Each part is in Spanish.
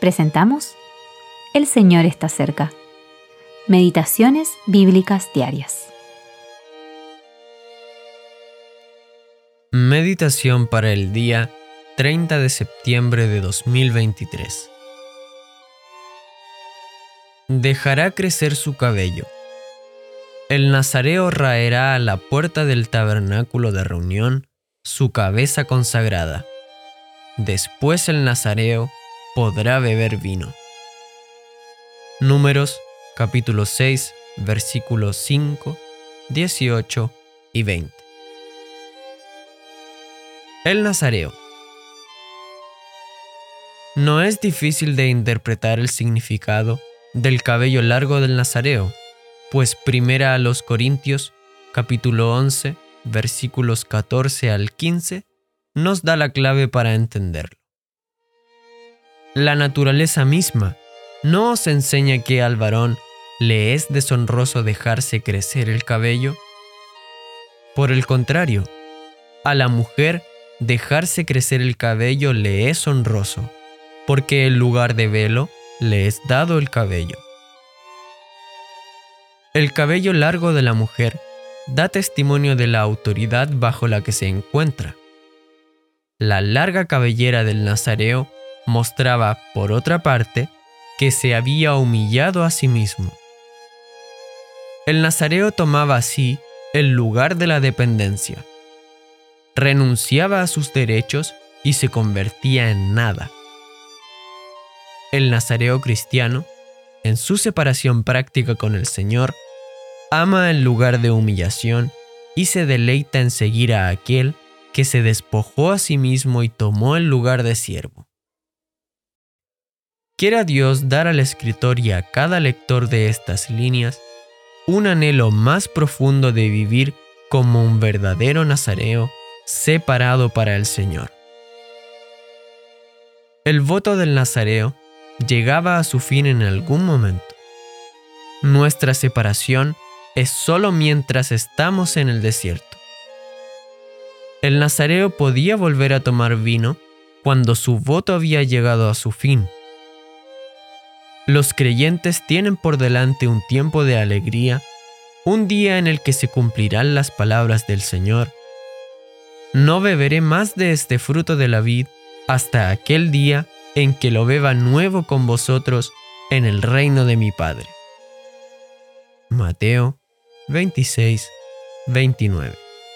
presentamos El Señor está cerca. Meditaciones bíblicas diarias. Meditación para el día 30 de septiembre de 2023. Dejará crecer su cabello. El nazareo raerá a la puerta del tabernáculo de reunión su cabeza consagrada. Después el nazareo podrá beber vino. Números capítulo 6, versículos 5, 18 y 20. El nazareo. No es difícil de interpretar el significado del cabello largo del nazareo, pues Primera a los Corintios, capítulo 11, versículos 14 al 15, nos da la clave para entenderlo. La naturaleza misma no os enseña que al varón le es deshonroso dejarse crecer el cabello. Por el contrario, a la mujer dejarse crecer el cabello le es honroso, porque en lugar de velo le es dado el cabello. El cabello largo de la mujer da testimonio de la autoridad bajo la que se encuentra. La larga cabellera del nazareo mostraba, por otra parte, que se había humillado a sí mismo. El nazareo tomaba así el lugar de la dependencia. Renunciaba a sus derechos y se convertía en nada. El nazareo cristiano, en su separación práctica con el Señor, ama el lugar de humillación y se deleita en seguir a aquel que se despojó a sí mismo y tomó el lugar de siervo. Quiera Dios dar al escritor y a cada lector de estas líneas un anhelo más profundo de vivir como un verdadero nazareo separado para el Señor. El voto del nazareo llegaba a su fin en algún momento. Nuestra separación es solo mientras estamos en el desierto. El nazareo podía volver a tomar vino cuando su voto había llegado a su fin. Los creyentes tienen por delante un tiempo de alegría, un día en el que se cumplirán las palabras del Señor. No beberé más de este fruto de la vid hasta aquel día en que lo beba nuevo con vosotros en el reino de mi Padre. Mateo 26, 29.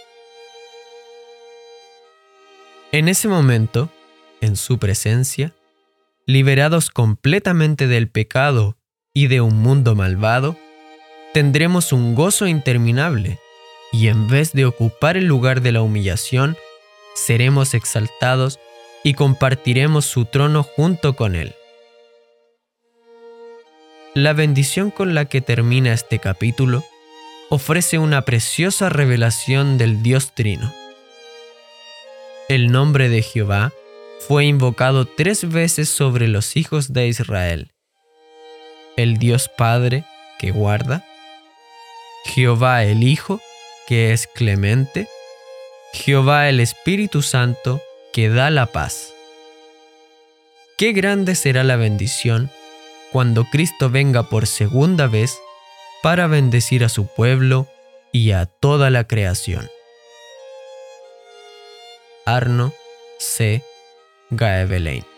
En ese momento, en su presencia, liberados completamente del pecado y de un mundo malvado, tendremos un gozo interminable y en vez de ocupar el lugar de la humillación, seremos exaltados y compartiremos su trono junto con Él. La bendición con la que termina este capítulo ofrece una preciosa revelación del Dios Trino. El nombre de Jehová fue invocado 3 veces sobre los hijos de Israel: el Dios Padre, que guarda; Jehová el Hijo, que es clemente; Jehová el Espíritu Santo, que da la paz. Qué grande será la bendición cuando Cristo venga por segunda vez para bendecir a su pueblo y a toda la creación. Arno C. Gaebelein.